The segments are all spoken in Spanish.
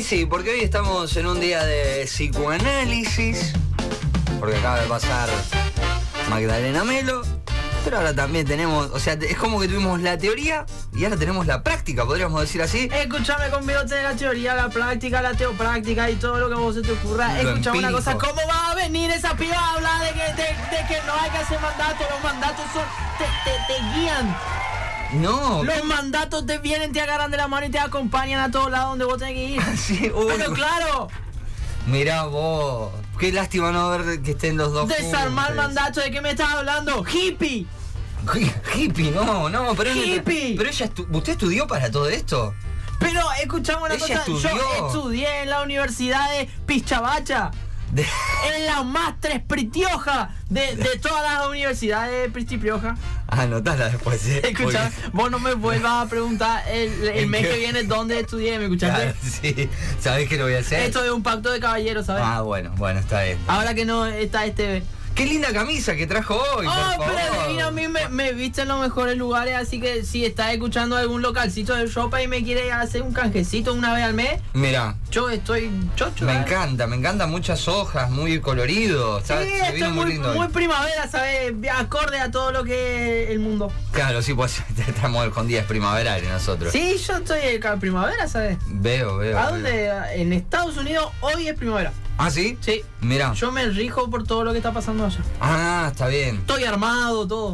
Y sí, porque hoy estamos en un día de psicoanálisis, porque acaba de pasar Magdalena Melo, pero ahora también tenemos, o sea, es como que tuvimos la teoría y ahora tenemos la práctica, podríamos decir así. Escúchame conmigo, tenés la teoría, la práctica, la teopráctica y todo lo que a vos se te ocurra. Escuchame una cosa, ¿cómo va a venir esa piba a hablar de que no hay que hacer mandatos? Los mandatos son, te guían. No. Los mandatos te vienen, te agarran de la mano y te acompañan a todos lados donde vos tenés que ir. Sí, pero claro. Mirá vos, qué lástima no ver que estén los dos Desarmar juntos. mandatos, ¿de qué me estás hablando? ¡Hippie! Hippie, no, pero hippie. Pero ella ¿usted estudió para todo esto? Pero escuchame una cosa, estudió. Yo estudié en la Universidad de Pichavacha. En la más prestioja de todas las universidades prestigiosas. Anotala después, Escucha, vos no me vuelvas a preguntar el mes que viene dónde estudié, ¿me escuchaste? Claro, sí, ¿sabés qué lo voy a hacer? Esto es un pacto de caballeros, ¿sabes? Ah, bueno, está bien. Ahora que no está este... Qué linda camisa que trajo hoy, por favor. Pero divino, a mí me viste en los mejores lugares, así que si estás escuchando algún localcito de ropa y me quiere hacer un canjecito una vez al mes, mira, yo estoy chocho. Me encanta, muchas hojas, muy colorido, ¿sabes? Sí, se vino esto muy lindo. Muy primavera, ¿sabes? Acorde a todo lo que es el mundo. Claro, sí, pues estamos con días primaverales nosotros. Sí, yo estoy en primavera, ¿sabes? Veo. ¿A dónde? En Estados Unidos hoy es primavera. ¿Ah, sí? Sí. Mira. Yo me rijo por todo lo que está pasando allá. Ah, está bien. Estoy armado, todo.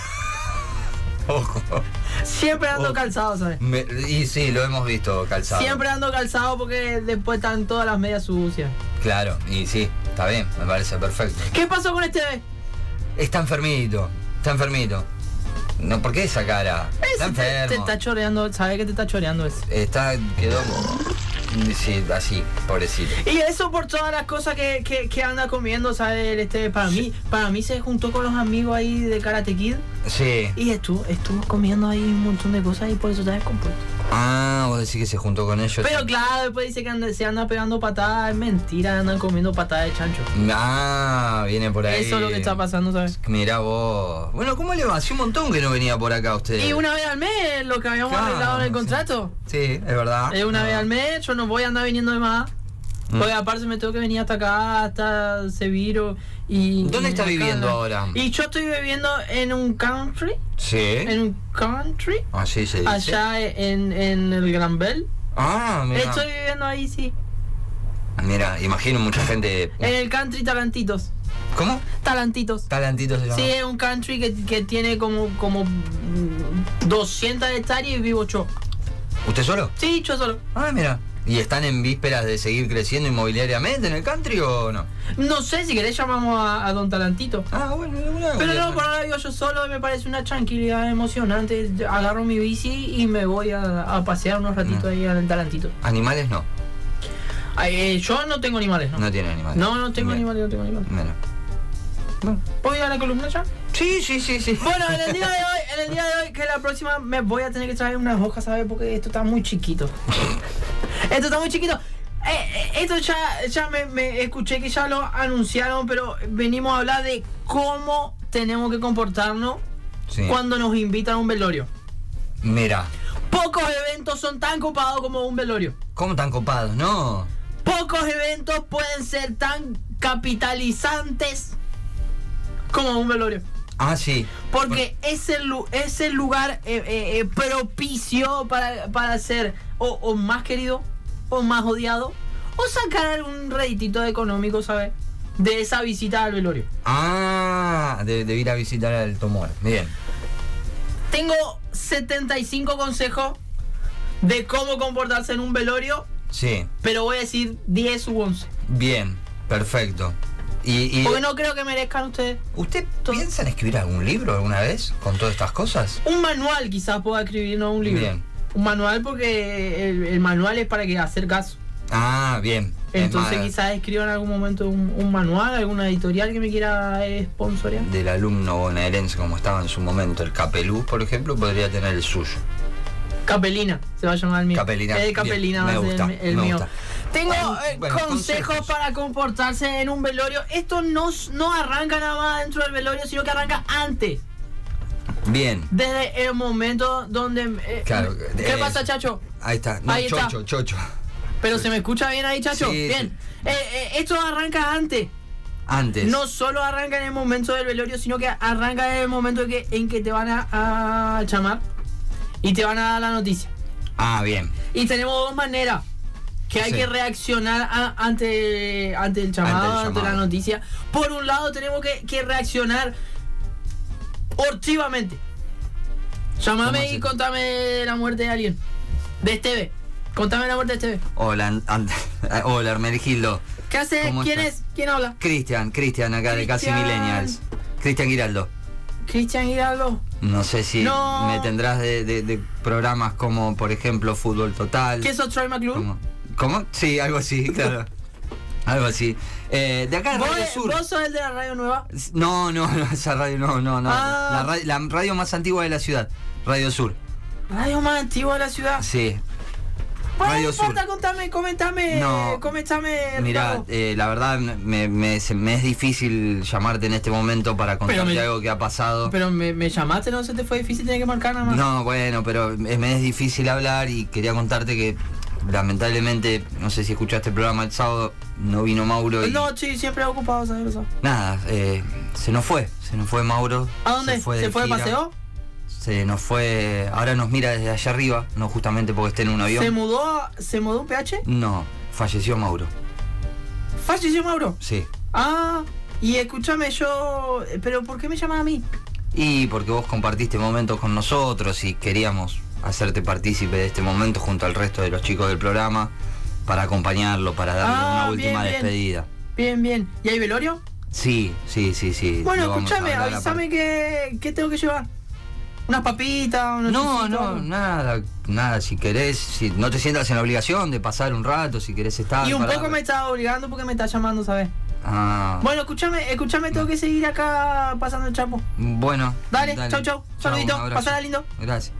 Ojo. Siempre ando calzado, ¿sabes? Y sí, lo hemos visto calzado. Siempre ando calzado porque después están todas las medias sucias. Claro, y sí, está bien, me parece perfecto. ¿Qué pasó con este bebé? Está enfermito. No, ¿por qué esa cara? Está enfermo. Te está choreando, ¿sabes que te está choreando ese? Quedó... Sí, así, pobrecito. Y eso por todas las cosas que anda comiendo, ¿sabes? Para mí se juntó con los amigos ahí de Karate Kid. Sí. Y estuvo comiendo ahí un montón de cosas y por eso está descompuesto. Ah, vos decís que se juntó con ellos. Pero claro, después dice que se anda pegando patadas, es mentira, andan comiendo patadas de chancho. Ah, viene por ahí. Eso es lo que está pasando, ¿sabes? Mirá vos. Bueno, ¿cómo le va? Hace un montón que no venía por acá usted. Y una vez al mes, lo que habíamos arreglado en el contrato. Sí, es verdad. Es una vez al mes, yo no voy a andar viniendo de más. Porque aparte me tengo que venir hasta acá, hasta Seviro y... ¿Dónde está viviendo ahora? Y yo estoy viviendo en un country. Sí. En un country. Así se dice. Allá en el Granbel. Ah, mira. Estoy viviendo ahí, sí. Mira, imagino mucha gente... En el country Talantitos. ¿Cómo? Talantitos. Talantitos se llama. Sí, es un country que tiene como 200 hectáreas y vivo yo. ¿Usted solo? Sí, yo solo. Ah, mira. ¿Y están en vísperas de seguir creciendo inmobiliariamente en el country o no? No sé, si querés llamamos a Don Talantito. Ah, bueno, pero no, por ahora vivo yo solo y me parece una tranquilidad emocionante. Agarro mi bici y me voy a pasear unos ratitos ahí al Talantito. ¿Animales no? Yo no tengo animales, ¿no? No tiene animales. No tengo animales, Bueno. ¿Puedo ir a la columna ya? Sí. Bueno, en el día de hoy, que la próxima me voy a tener que traer unas hojas, ¿sabes? Porque esto está muy chiquito. Esto está muy chiquito. Esto ya me escuché que ya lo anunciaron, pero venimos a hablar de cómo tenemos que comportarnos cuando nos invitan a un velorio. Mira. Pocos eventos son tan copados como un velorio. ¿Cómo tan copados? No. Pocos eventos pueden ser tan capitalizantes como un velorio. Ah, sí. Porque es el lugar propicio para ser o más querido o más odiado o sacar algún réditito económico, ¿sabes? De esa visita al velorio. Ah, de ir a visitar al tumor. Bien. Tengo 75 consejos de cómo comportarse en un velorio. Sí. Pero voy a decir 10 u 11. Bien, perfecto. Porque no creo que merezcan ustedes. ¿Usted piensa en escribir algún libro alguna vez con todas estas cosas? Un manual quizás pueda escribir, no un libro. Bien. Un manual porque el manual es para que hacer caso. Ah, bien. Entonces quizás escriba en algún momento un manual, alguna editorial que me quiera sponsorear. Del alumno bonaerense como estaba en su momento, el Capelú, por ejemplo, podría tener el suyo. Capelina, se va a llamar el mío. Capelina. Capelina bien, va a ser el mío. Gusta. Tengo consejos para comportarse en un velorio. Esto no arranca nada más dentro del velorio, sino que arranca antes. Bien. Desde el momento donde... Claro. ¿Qué pasa, Chacho? Ahí está. No, Ahí Chocho. Pero se me escucha bien ahí, chacho. Sí, Bien. Esto arranca antes. Antes. No solo arranca en el momento del velorio, sino que arranca en el momento en que te van a llamar y te van a dar la noticia. Ah, bien. Y tenemos dos maneras que hay Sí. que reaccionar ante el llamado, ante la noticia. Por un lado tenemos que reaccionar hortivamente. Llámame y contame la muerte de alguien. De Esteve. Contame la muerte de Esteve. Hola, hola, Hermenegildo. ¿Qué haces? ¿Cómo ¿Quién estás? es? ¿Quién habla? Cristian, acá de Casi Cristian. Millennials. Cristian Giraldo. Cristian Hidalgo. No sé si No. me tendrás de programas como, por ejemplo, Fútbol Total. ¿Qué sos, Troy McClure? ¿Cómo? Sí, algo así, claro. Algo así. De acá de Radio Sur. ¿Vos sos el de la radio nueva? No, esa radio no. Ah. La radio más antigua de la ciudad, Radio Sur. Radio más antigua de la ciudad. Sí. Bueno, Radio no importa, Sur. comentame. No. Mira, Ricardo. la verdad me es difícil llamarte en este momento para contarte algo que ha pasado. Pero me llamaste, no se te fue difícil, tener que marcar nada más. No, bueno, pero me es difícil hablar y quería contarte que lamentablemente, no sé si escuchaste el programa el sábado, no vino Mauro y No, sí, siempre ocupado, ¿sabes eso? nada, se nos fue Mauro. ¿A dónde? ¿Se fue de gira. paseo? Se nos fue, ahora nos mira desde allá arriba, no justamente porque esté en un avión. ¿Se mudó un PH? No, falleció Mauro. ¿Falleció Mauro? Sí. Ah, y escúchame, ¿pero por qué me llamas a mí? Y porque vos compartiste momentos con nosotros y queríamos hacerte partícipe de este momento junto al resto de los chicos del programa para acompañarlo, para darle una última bien. despedida. Bien. ¿Y hay velorio? Sí. Bueno, Lo vamos escúchame, a hablar avísame aparte. qué tengo que llevar. ¿Unas papitas? No, nada, si querés, si no te sientas en la obligación de pasar un rato, si querés estar. Y un para- poco me está obligando porque me está llamando, ¿sabes? Ah, Bueno, escúchame, tengo que seguir acá pasando el chapo. bueno. Dale, chau, saludito, un abrazo. pasala lindo. Gracias.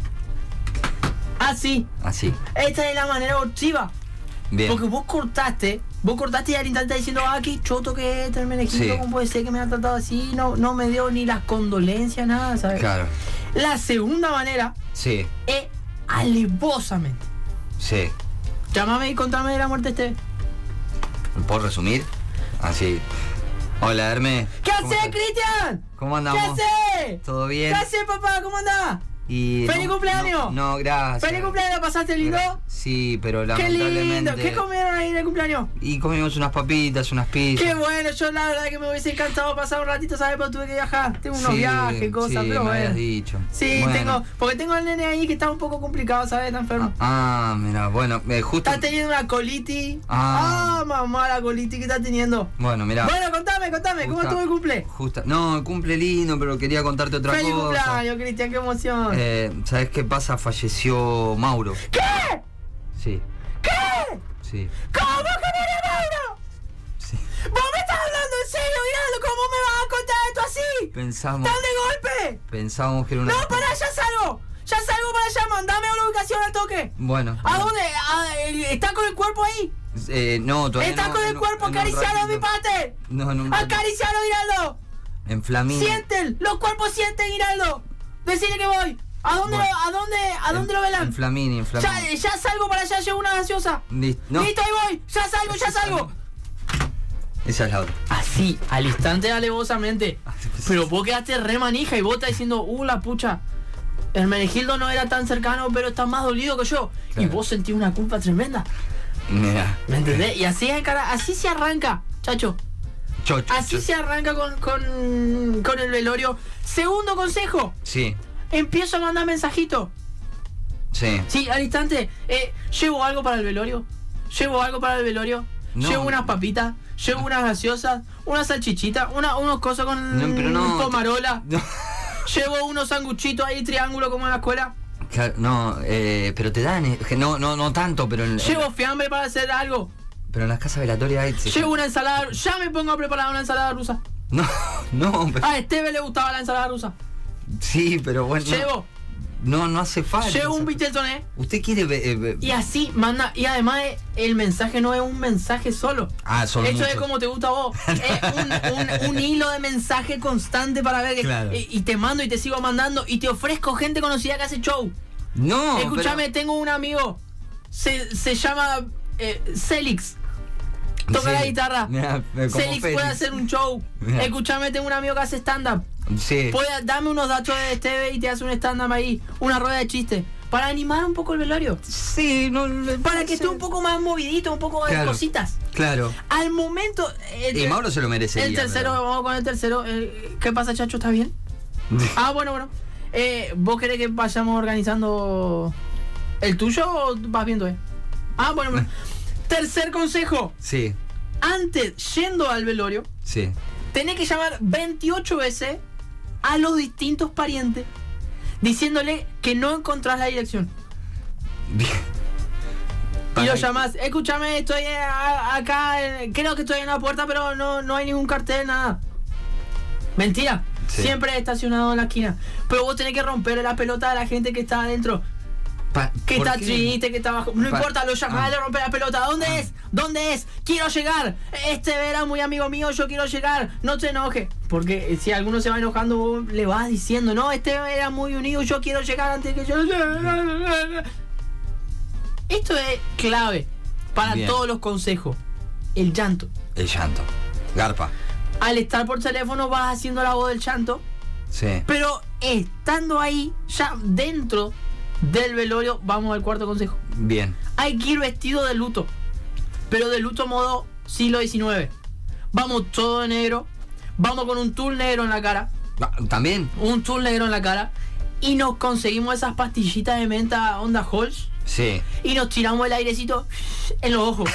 Así, Así, esta es la manera hortiva. bien. Porque vos cortaste y al instante diciendo, qué choto que es, Hermenegildo, Sí. ¿cómo puede ser que me ha tratado así? No me dio ni las condolencias, nada, ¿sabes? Claro, La segunda manera sí, es alevosamente. sí. Llámame y contame de la muerte de Esteve. ¿Puedo resumir? Así. Hola, Herme. ¿Qué ¿Cómo haces, estás? Cristian? ¿Cómo ¿Qué andamos? haces? ¿Todo ¿Qué bien? haces, papá? ¿Cómo andás? Y ¡Feliz cumpleaños! No, gracias. ¿Feliz cumpleaños? ¿Pasaste lindo? Sí, pero ¡Qué lamentablemente. lindo! ¿Qué comieron ahí en el cumpleaños? Y comimos unas papitas, unas pizzas. Qué bueno, yo la verdad que me hubiese encantado pasar un ratito, ¿sabes? Pero tuve que viajar. Tengo unos Sí, viajes, cosas, sí, pero me bueno. habías dicho. Sí, Bueno. porque tengo al nene ahí que está un poco complicado, ¿sabes? Está enfermo. Ah, mira, bueno, justo. Está teniendo una colitis. Ah. Mamá, la colitis que está teniendo. Bueno, mira. Bueno, contame, ¿cómo estuvo el cumple? No, el cumple lindo, pero quería contarte otra ¡Feliz cosa. cumpleaños, Cristian! ¡Qué emoción! ¿Sabes qué pasa? Falleció Mauro. ¿Qué? Sí, ¿Qué? sí, ¿Cómo que murió Mauro? sí. ¿Vos me estás hablando en serio, Iraldo? ¿Cómo me vas a contar esto así? Pensamos, ¡Tan de golpe! pensábamos que era una. No, pará, ya salgo para allá, mandame una ubicación al toque. Bueno. ¿A dónde? ¿Está con el cuerpo ahí? No, todavía ¿Está no, con el cuerpo? en un Acaricialo a mi ratito. parte. No, en un Acaricialo, Iraldo. En Flamín. Sienten, los cuerpos sienten, Iraldo. Decile que voy. ¿A dónde, Bueno. ¿A dónde lo velan? En Flamín. Ya salgo para allá, llevo una gaseosa. No. Listo, ahí voy. Ya salgo. Esa es la otra. Así, al instante alevosamente. Pero vos quedaste re manija y vos estás diciendo, la pucha. Hermenegildo no era tan cercano, pero está más dolido que yo. Claro. Y vos sentís una culpa tremenda. Mira. ¿Me entendés? Y así se arranca, chacho. Chocho. Así se arranca con el velorio. Segundo consejo. Sí, Empiezo a mandar mensajitos. sí. Sí, al instante. ¿Llevo algo para el velorio? No. Llevo unas papitas. Llevo unas gaseosas. Una salchichita. Unos cosas con No, pero no. pomarola. No. Llevo unos sanguchitos ahí, triángulo como en la escuela. Claro, no, pero te dan. No tanto, pero en, Llevo fiambre para hacer algo. pero en las casas velatorias hay. Llevo una ensalada. Ya me pongo a preparar una ensalada rusa. No, pero, A Esteve le gustaba la ensalada rusa. sí, pero bueno. Llevo. No hace falta. Llevo un Viteltoné. Usted quiere. Y así manda. Y además el mensaje no es un mensaje solo. Son Eso es muchos. como te gusta a vos. Es un hilo de mensaje constante para ver. Claro. Y te mando y te sigo mandando. Y te ofrezco gente conocida que hace show. No, Escúchame, tengo un amigo. Se llama Celix toca Sí. la guitarra. Mirá, como Celix puede Félix. hacer un show. Mirá. Escuchame, tengo un amigo que hace stand-up. Sí. Dame unos datos de TV y te hace un stand-up ahí, una rueda de chistes, para animar un poco el velorio. Sí, no. Para que esté un poco más movidito, un poco de Claro. cositas. Claro. Al momento. Y Mauro se lo merecería. El tercero, vamos con el tercero. ¿Qué pasa, Chacho? ¿Estás bien? Bueno. ¿Vos querés que vayamos organizando el tuyo o vas viendo, bueno. Tercer consejo. Sí, Antes, yendo al velorio, sí. tenés que llamar 28 veces a los distintos parientes diciéndole que no encontrás la dirección. Bien. Y lo llamás, escúchame, estoy acá, creo que estoy en la puerta, pero no hay ningún cartel, nada. Mentira, Sí. siempre estacionado en la esquina. Pero vos tenés que romper la pelota de la gente que está adentro. Que ¿Por está qué? triste, que está abajo. No importa, lo llamás, le rompes la pelota. ¿Dónde es? ¿Dónde es? Quiero llegar. Este era muy amigo mío, yo quiero llegar. No te enojes. Porque si alguno se va enojando, vos le vas diciendo, no, este era muy unido, yo quiero llegar antes que yo. Esto es clave para Bien. todos los consejos. El llanto. El llanto. Garpa. Al estar por teléfono vas haciendo la voz del llanto, Sí. pero estando ahí, ya dentro del velorio, vamos al cuarto consejo. Bien. Hay que ir vestido de luto, pero de luto modo siglo XIX. Vamos todo de negro, vamos con un tul negro en la cara, ¿También? un tul negro en la cara, y nos conseguimos esas pastillitas de menta onda Halls Sí. y nos tiramos el airecito en los ojos.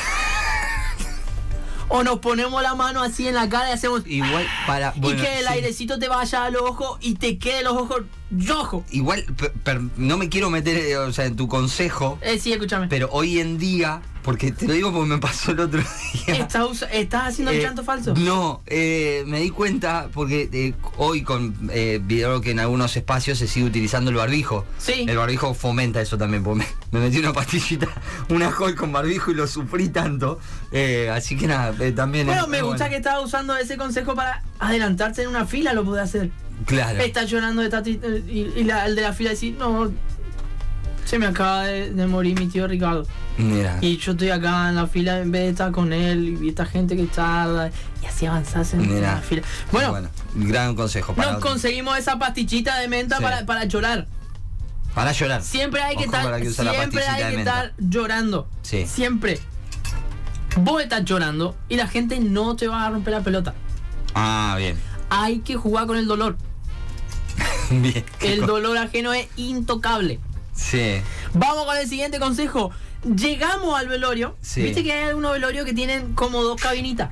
O nos ponemos la mano así en la cara y hacemos... Igual para. y Bueno, que el sí. airecito te vaya a los ojos y te quede los ojos rojos. Igual, no me quiero meter, en tu consejo, Sí, escúchame. pero hoy en día, porque te lo digo porque me pasó el otro día. ¿Estás haciendo el llanto falso? No, me di cuenta porque hoy vieron que en algunos espacios se sigue utilizando el barbijo. Sí. El barbijo fomenta eso también, porque me metí una pastillita, una Hol con barbijo y lo sufrí tanto. Así que nada, también. Bueno, me gusta que estás usando ese consejo para adelantarse en una fila, lo pude hacer. Claro. Está llorando el de la fila decir, no, se me acaba de morir mi tío Ricardo. Mira. Y yo estoy acá en la fila en vez de estar con él y esta gente que tarda. Y así avanzás en Mira. la fila. Bueno, gran consejo para nos conseguimos esa pastillita de menta Sí. para llorar. para llorar. Siempre hay que Ojo con la que usa la siempre pastillita hay de que menta. estar llorando. Sí. Siempre. Vos estás llorando y la gente no te va a romper la pelota. Ah, bien. Hay que jugar con el dolor. Bien. El dolor ajeno es intocable. Sí. Vamos con el siguiente consejo. Llegamos al velorio. Sí. Viste que hay algunos velorios que tienen como dos cabinitas.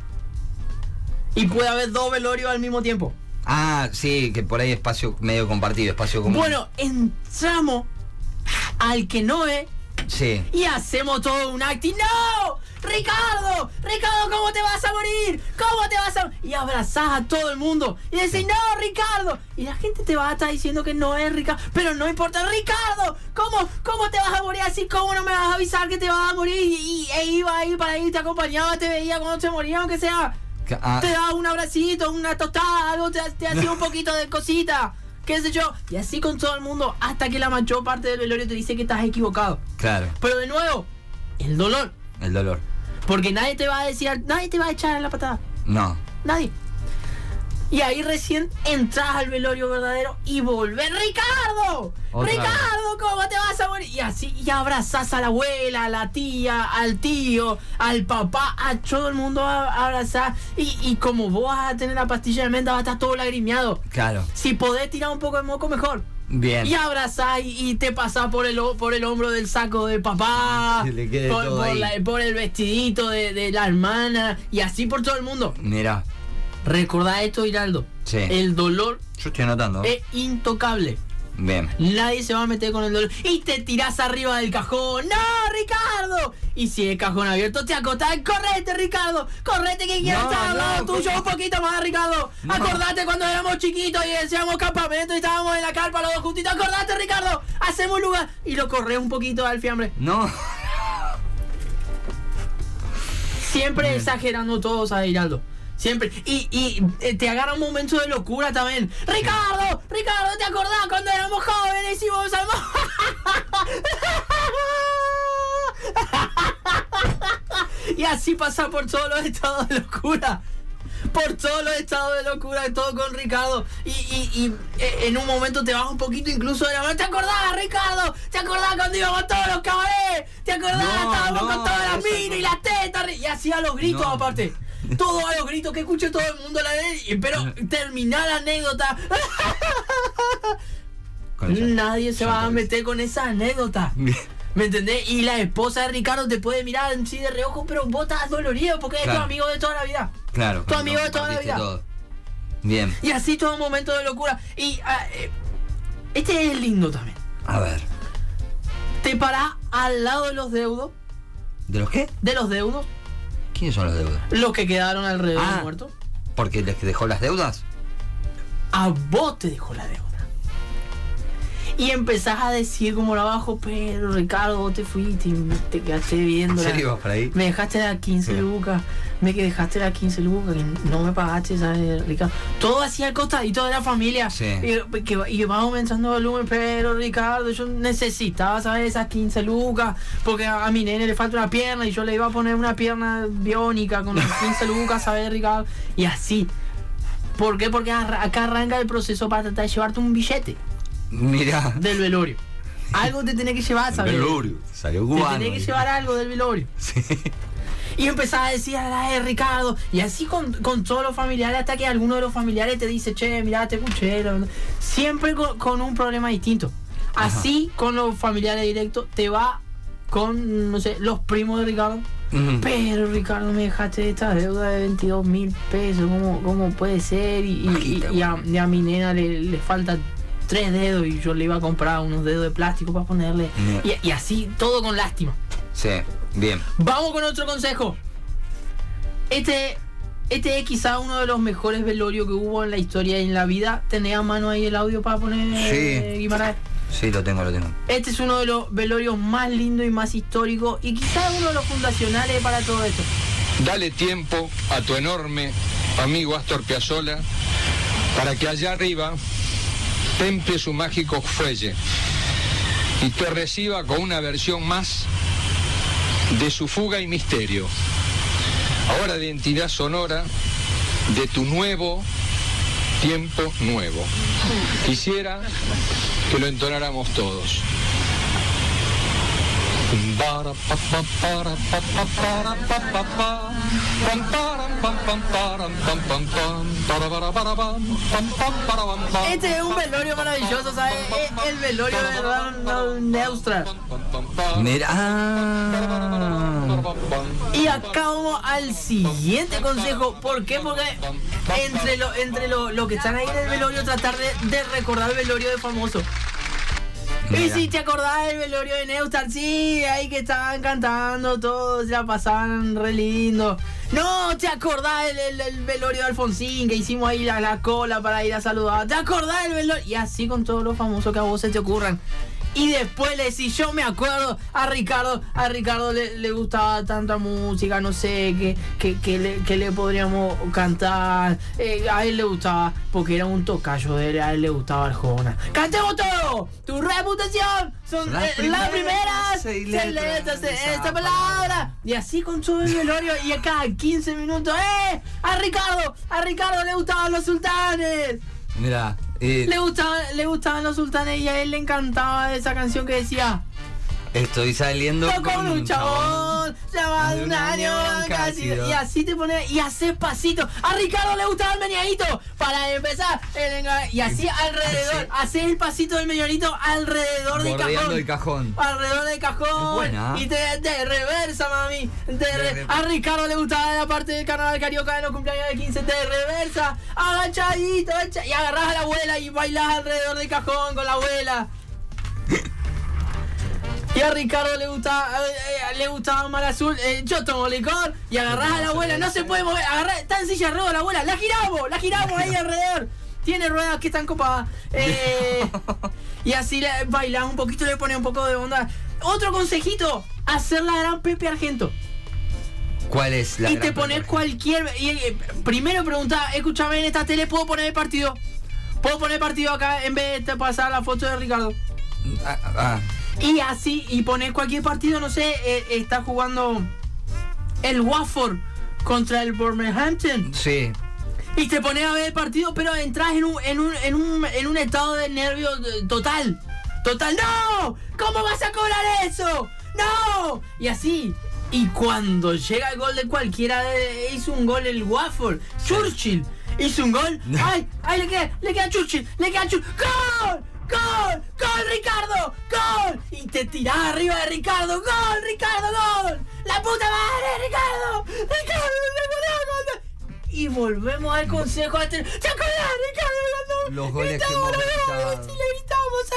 Y puede haber dos velorios al mismo tiempo. Ah, sí, que por ahí espacio medio compartido, espacio común. Bueno, entramos al que no es Sí. y hacemos todo un acto. ¡No! ¡Ricardo! ¡Ricardo, cómo te vas a morir! ¿Cómo te vas a...? Y abrazás a todo el mundo y decís, ¡no, Ricardo! Y la gente te va a estar diciendo que no es Ricardo. Pero no importa, ¡Ricardo! ¿Cómo te vas a morir así? ¿Cómo no me vas a avisar que te vas a morir? E iba ahí para ir, te acompañaba, te veía cuando te moría, aunque sea. Ah, Te daba un abracito, una tostada, algo, te hacía un poquito de cosita. ¿Qué sé yo? Y así con todo el mundo, hasta que la mayor parte del velorio te dice que estás equivocado. claro, Pero de nuevo, el dolor. el dolor. Porque nadie te va a decir, nadie te va a echar en la patada. No. Nadie. Y ahí recién entras al velorio verdadero y volvés. ¡Ricardo! Otra ¡Ricardo! ¿Cómo te vas a morir? Y así, y abrazás a la abuela, a la tía, al tío, al papá, a todo el mundo a abrazar. Y como vos vas a tener la pastilla de menta, vas a estar todo lagrimeado. Claro. Si podés tirar un poco de moco, mejor. Bien. Y abrazás y te pasás por el hombro del saco de papá, Que le quede todo ahí. por el vestidito de la hermana, y así por todo el mundo. Mira, Recordá esto, Hiraldo. Sí. El dolor yo estoy anotando. es intocable. Bien. Nadie se va a meter con el dolor. Y te tirás arriba del cajón. ¡No, Ricardo! Y si el cajón abierto, te acostás. ¡Correte, Ricardo! ¡Correte que quiero No, estar al lado no, tuyo ¿cómo? un poquito más, Ricardo! No. Acordate cuando éramos chiquitos y hacíamos campamento y estábamos en la carpa los dos juntitos. ¡Acordate, Ricardo! ¡Hacemos lugar! Y lo corres un poquito al fiambre. No. Siempre exagerando todo, ¿sabes, Hiraldo? Siempre. Y te agarra un momento de locura también. ¡Ricardo! ¡Ricardo! ¿Te acordás cuando éramos jóvenes y íbamos al... Y así pasa por todos los estados de locura. Por todos los estados de locura, todo con Ricardo. Y en un momento te baja un poquito incluso de la mano. ¿Te acordás, Ricardo? ¿Te acordás cuando íbamos a todos los cabarets? ¿Te acordás? Estábamos con todas las minas y las tetas. Y hacía los gritos aparte. Todo a los gritos que escuche todo el mundo a la vez. Pero terminar la anécdota. Nadie se va a meter con esa anécdota. ¿Me entendés? Y la esposa de Ricardo te puede mirar así de reojo, pero vos estás dolorido porque es tu amigo de toda la vida. Claro. Tu amigo de toda la vida. Todo. Bien. Y así todo un momento de locura. Y este es lindo también. A ver. Te parás al lado de los deudos. ¿De los qué? De los deudos. ¿Quiénes son los deudos? Los que quedaron alrededor del muerto. ¿Porque les dejó las deudas? A vos te dejó la deuda. Y empezás a decir como lo abajo, pero Ricardo, vos te fuiste y te quedaste viendo. ¿En serio vas por ahí? Me dejaste las 15 lucas. Me dejaste las 15 lucas que no me pagaste, ¿sabes, Ricardo? Todo hacía al costadito de la familia. Sí. Y va aumentando el volumen, pero Ricardo, yo necesitaba, ¿sabes? Esas 15 lucas. Porque a mi nene le falta una pierna y yo le iba a poner una pierna biónica con las 15 lucas, ¿sabes, Ricardo? Y así. ¿Por qué? Porque acá arranca el proceso para tratar de llevarte un billete. Mira. Del velorio. Algo te tenés que llevar, ¿sabes? El velorio. Salió cubano. Te tenés que llevar algo del velorio. Sí. Y empezás a decir a la de Ricardo. Y así con todos los familiares, hasta que alguno de los familiares te dice, che, mirá, te escuché. Siempre con un problema distinto. Así con los familiares directos te va con, no sé, los primos de Ricardo. Pero Ricardo, me dejaste esta deuda de 22.000 pesos. ¿Cómo puede ser? Y a mi nena le falta 3 dedos y yo le iba a comprar unos dedos de plástico para ponerle. Y así, todo con lástima. Sí, bien. Vamos con otro consejo. Este es quizá uno de los mejores velorios que hubo en la historia y en la vida. ¿Tenés a mano ahí el audio para poner, sí. Guimaraes? Sí, lo tengo. Este es uno de los velorios más lindos y más históricos y quizá uno de los fundacionales para todo esto. Dale tiempo a tu enorme amigo Astor Piazzolla para que allá arriba temple su mágico fuelle y te reciba con una versión más de su fuga y misterio. Ahora de identidad sonora de tu nuevo tiempo nuevo. Quisiera que lo entonáramos todos. Este es un velorio maravilloso, ¿sabes? Es el velorio de Ronald Neustral. Mira. Y acá vamos al siguiente consejo. ¿Por qué? Porque entre lo que están ahí en el velorio, tratar de recordar el velorio de famoso. Mira. Y si te acordás del velorio de Neustral, sí, ahí que estaban cantando todos, la pasaban re lindo. No, ¿te acordás del velorio de Alfonsín, que hicimos ahí la cola para ir a saludar? ¿Te acordás del velorio? Y así con todos los famosos que a vos se te ocurran. Y después le decís, yo me acuerdo, a Ricardo le gustaba tanta música, no sé, que le podríamos cantar. A él le gustaba, porque era un tocayo de él, a él le gustaba Arjona. ¡Cantemos todo! ¡Tu reputación! Son las primeras 6 letras de esta palabra. Y así con todo el velorio, y acá 15 minutos, a Ricardo le gustaban los sultanes. Mira. Le gustaban los sultanes y a él le encantaba esa canción que decía: estoy saliendo con un chabón llamado un año casi. Y así te pones y haces pasito. A Ricardo le gustaba el meneadito. Para empezar, y así alrededor, haces el pasito del meneadito alrededor del cajón. Alrededor del cajón. Buena. Y te reversa, mami. A Ricardo le gustaba la parte del carnaval carioca de los cumpleaños de 15. Te reversa, agachadito, y agarrás a la abuela y bailás alrededor del cajón con la abuela. Y a Ricardo le gustaba Mar Azul, yo tomo licor, y agarrás a la abuela, no se puede mover, está en silla de ruedas la abuela, la giramos ahí alrededor, tiene ruedas que están copadas, y así bailás un poquito, le pones un poco de onda. Otro consejito, hacer la gran Pepe Argento. ¿Cuál es la y gran te pones cualquier, primero preguntá, escúchame, en esta tele puedo poner el partido, acá en vez de pasar la foto de Ricardo. Y así, y poner cualquier partido, no sé, está jugando el Watford contra el Wolverhampton. Sí. Y te pones a ver el partido, pero entras en un estado de nervio total. ¡No! ¿Cómo vas a cobrar eso? ¡No! Y así. Y cuando llega el gol de cualquiera, hizo un gol el Watford. Churchill hizo un gol. ¡Ay! Le queda Churchill. ¡Gol! ¡Ricardo! ¡Gol! Y te tirás arriba de Ricardo. ¡Gol! ¡Ricardo! ¡Gol! ¡La puta madre! ¡Ricardo! Y volvemos al consejo anterior. ¿Te acuerdas, Ricardo? Los goles que hemos gritado. Sí, le gritamos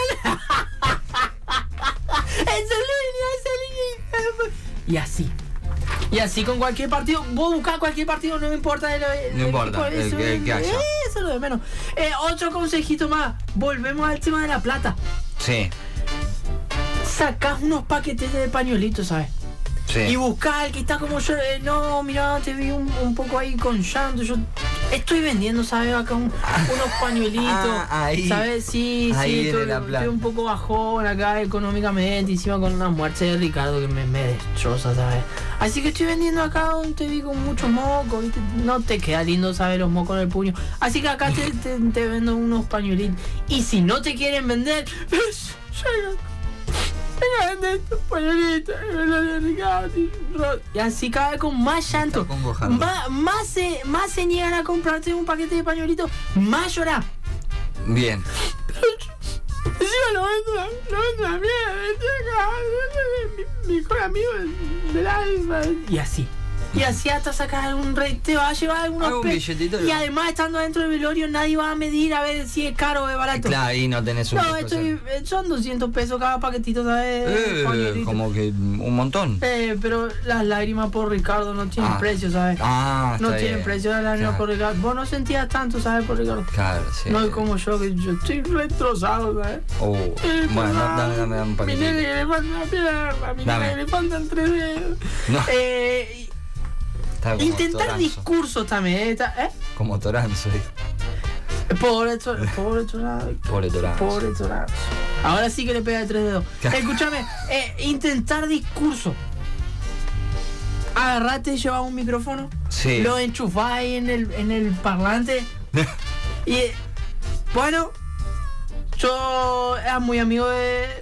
esa línea. Y así con cualquier partido. Vos buscás cualquier partido, no me importa. No importa, el que haya. Eso es lo de menos. Otro consejito más. Volvemos al tema de la plata. Sí. Sacás unos paquetes de pañuelitos, ¿sabes? Sí. Y buscar el que está como yo. No, mira, te vi un poco ahí con llanto. Yo estoy vendiendo, ¿sabes? Acá unos pañuelitos. Ahí. ¿Sabes? Sí, ahí estoy un poco bajón acá económicamente. Encima con una muerte de Ricardo que me destroza, ¿sabes? Así que estoy vendiendo acá te vi con muchos mocos, ¿viste? No te queda lindo, ¿sabes? Los mocos en el puño. Así que acá te vendo unos pañuelitos. Y si no te quieren vender, y así cada vez con más llanto, más se niegan a comprarte un paquete de pañuelitos, más llorar. Bien. Lo vendo a mi mejor amigo del alma. Y así hasta sacar un rey, te va a llevar algunos billetito. Y además, estando dentro del velorio, nadie va a medir a ver si es caro o es barato. Claro, ahí no tenés un... No, son 200 pesos cada paquetito, ¿sabes? Como que un montón. Pero las lágrimas por Ricardo no tienen precio, ¿sabes? No tienen precio las lágrimas por Ricardo. Vos no sentías tanto, ¿sabes? Por Ricardo. Claro, sí. No es como yo, que yo estoy retrozado, ¿sabes? Bueno, dame un paquetito. Mi nene que le falta una pierna, mi nene que le faltan 3 dedos. No. Intentar Toranzo. discursos también, Como Toranzo. Pobre Toranzo. Ahora sí que le pega de 3 dedos. Escúchame, intentar discursos. Agarrate, lleva un micrófono, Sí. lo enchufás ahí en el parlante. Y bueno, yo era muy amigo de...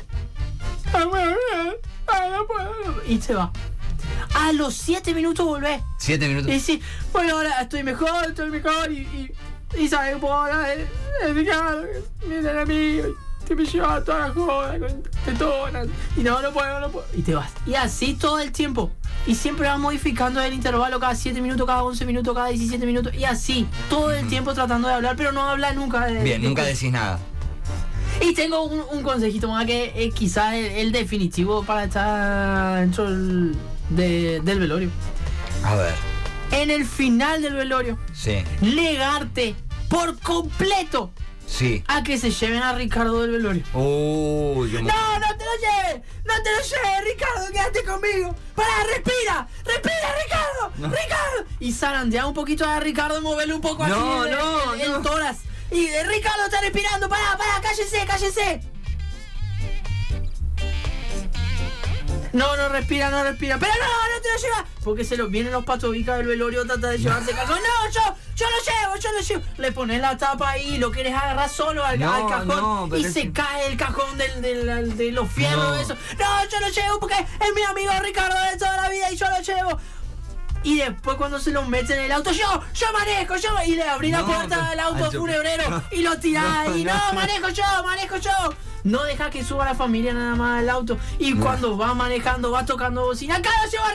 Y se va. A los 7 minutos volvés. 7 minutos. Y sí, bueno, ahora estoy mejor y sabes que puedo hablar de Ricardo, miren a mí, que me lleva toda la joda con tetonas. Y no puedo. Y te vas. Y así todo el tiempo. Y siempre vas modificando el intervalo cada 7 minutos, cada 11 minutos, cada 17 minutos. Y así, todo el tiempo tratando de hablar, pero no hablas nunca. Bien, nunca decís nada. Y tengo un consejito más que es quizás el definitivo para estar dentro del velorio. A ver. En el final del velorio, Sí. negarte por completo Sí. a que se lleven a Ricardo del velorio. Uy, qué No te lo lleves, Ricardo, quédate conmigo. Pará, respira, Ricardo. Y zarandea un poquito a Ricardo, moverle un poco así el tórax. Y Ricardo está respirando, pará, cállese. No respira. Pero no te lo llevas. Porque vienen los patobicas del velorio, trata de llevarse cajón. No, yo lo llevo. Le pones la tapa ahí y lo quieres agarrar solo al cajón. Y se cae el cajón de los fierros. Eso. No, yo lo llevo porque es mi amigo Ricardo de toda la vida y yo lo llevo. Y después cuando se lo mete en el auto, yo manejo, y le abrí la puerta del auto funebrero y lo tirás ahí. No, manejo yo. No deja que suba la familia nada más al auto. Y cuando va manejando, va tocando bocina. ¡Acá lo lleva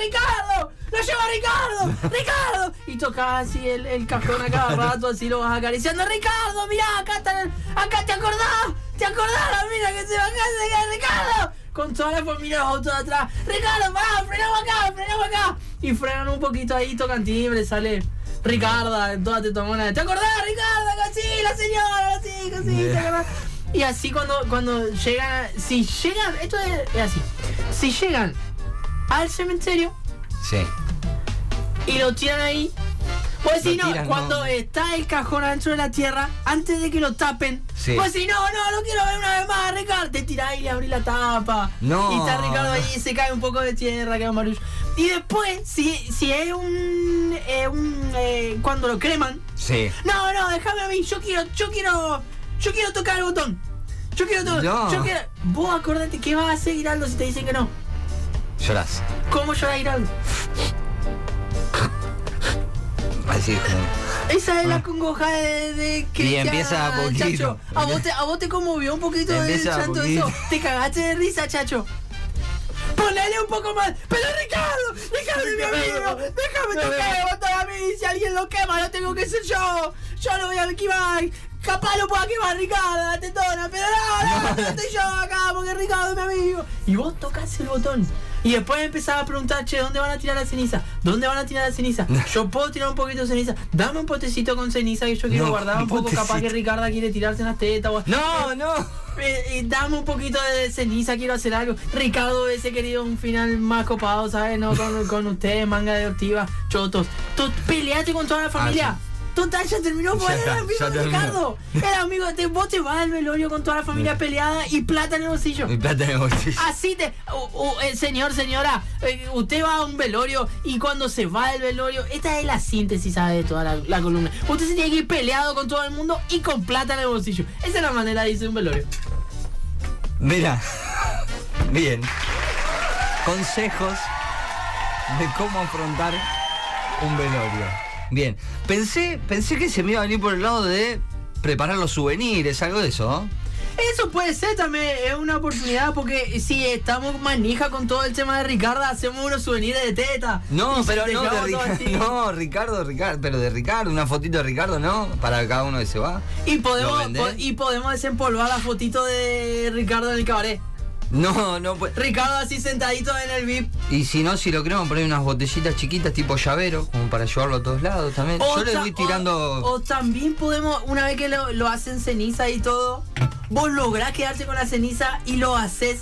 Ricardo! Y toca así el cajón a cada rato, así lo vas acariciando. Ricardo, mirá, acá te acordás, mira que se va a Ricardo. Con toda la familia de los autos de atrás. Ricardo, frenamos acá. Y frenan un poquito ahí, tocan timbre, sale Ricardo, toda tetomona. ¿Te acordás, Ricardo? Sí, la señora, sí, ¿te acordás? Y así cuando llegan, si llegan, esto es así, si llegan al cementerio, Sí. y lo tiran ahí, pues si no, cuando está el cajón adentro de la tierra, antes de que lo tapen, Sí. pues si no quiero ver una vez más, Ricardo, te tirás y le abrís la tapa, No. y está Ricardo ahí, se cae un poco de tierra, queda un barullo. Y después, si es cuando lo creman. Sí. No, déjame a mí, yo quiero tocar el botón. Yo quiero tocar. No. Vos acordate que vas a hacer, Giraldo, si te dicen que no. Llorás. ¿Cómo llora Giraldo? Así como... Esa es la congoja de que Y empieza a poquito. Chacho, a vos te conmovió un poquito el Empieza a chanto poquito. eso. Te cagaste de risa, Chacho. Ponele un poco más. Pero Ricardo es mi amigo. Déjame tocar el botón a mí. Si alguien lo quema, lo tengo que ser yo. Yo lo voy a quemar. Capaz lo pueda quemar Ricardo, la tetona. Pero no estoy yo acá porque Ricardo es mi amigo. Y vos tocás el botón. Y después empezaba a preguntar, che, ¿dónde van a tirar la ceniza? ¿Dónde van a tirar la ceniza? Yo puedo tirar un poquito de ceniza. Dame un potecito con ceniza que yo quiero guardar un poco. Capaz que Ricardo quiere tirarse en las tetas. No. Dame un poquito de ceniza, quiero hacer algo. Ricardo hubiese querido un final más copado, ¿sabes? No con ustedes, manga de ortiva, chotos. Peleate con toda la familia. Total, ya terminó, pues era amigo de Ricardo. Era amigo de vos, te vas al velorio con toda la familia peleada y plata en el bolsillo. Y plata en el bolsillo. Así señora, usted va a un velorio y cuando se va del velorio, esta es la síntesis, ¿sabe? De toda la columna. Usted se tiene que ir peleado con todo el mundo y con plata en el bolsillo. Esa es la manera de irse a un velorio. Mira, bien. Consejos de cómo afrontar un velorio. Bien, pensé que se me iba a venir por el lado de preparar los souvenirs, algo de eso, ¿no? Eso puede ser también, es una oportunidad porque si estamos manija con todo el tema de Ricardo, hacemos unos souvenirs de teta. No, pero no de Ricardo, pero de Ricardo, una fotito de Ricardo, ¿no? Para cada uno que se va. Y podemos desempolvar la fotito de Ricardo en el cabaret. No, pues. Ricardo así sentadito en el VIP. Y si no, si lo queremos poner unas botellitas chiquitas tipo llavero, como para llevarlo a todos lados también. Yo le voy tirando. O también podemos, una vez que lo hacen ceniza y todo, vos lográs quedarse con la ceniza y lo haces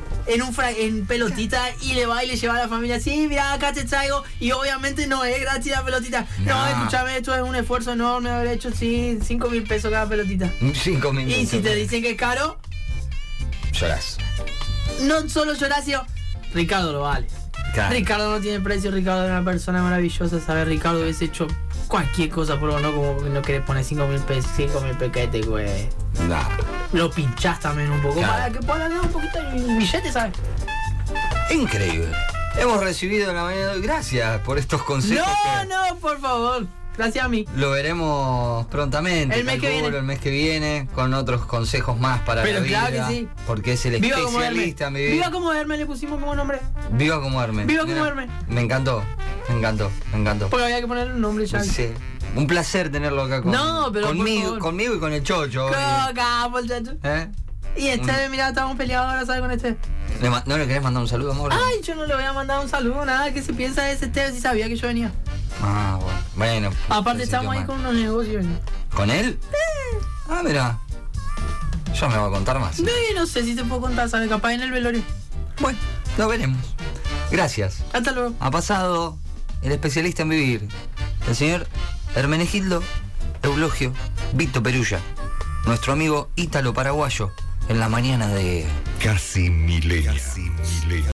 en pelotita y le va y le lleva a la familia. Sí, mira, acá te traigo. Y obviamente no es gratis la pelotita. No, escúchame, esto es un esfuerzo enorme haber hecho, sí, 5.000 pesos cada pelotita. 5.000 pesos. Y si te dicen que es caro, llorás. No solo llorás, sino Ricardo lo vale. Claro. Ricardo no tiene precio, Ricardo es una persona maravillosa, ¿sabes? Ricardo hubiese hecho cualquier cosa por vos, ¿no? Como no querés poner 5.000 pesos, 5.000 pequetes, güey. No. Lo pinchás también un poco, claro, para que puedan ganar un poquito de billete, ¿sabes? Increíble. Hemos recibido en la mañana de hoy, gracias por estos consejos. No, por favor. Gracias a mí. Lo veremos prontamente. El mes que viene, con otros consejos más para la vida. Claro que sí. Porque es el especialista en vivir. Viva como Hermes le pusimos como nombre. Viva como Hermes. Viva como Hermes. Me encantó. Porque había que ponerle un nombre ya. Sí. Un placer tenerlo acá conmigo y con el Chocho. Acá, el Chocho. Y mira, estamos peleados ahora, ¿sabes? Con este. ¿No le querés mandar un saludo, amor? Ay, yo no le voy a mandar un saludo, nada. ¿Qué se piensa de ese Esteban si sabía que yo venía? Ah, bueno. Aparte estamos ahí con unos negocios. ¿Con él? Ah, mira. Ya me va a contar más. No sé si te puedo contar, ¿sabes? Capaz en el velorio. Bueno, lo veremos. Gracias. Hasta luego. Ha pasado el especialista en vivir, el señor Hermenegildo Eulogio Vito Perulla, nuestro amigo ítalo paraguayo, en la mañana de Casi Milenio.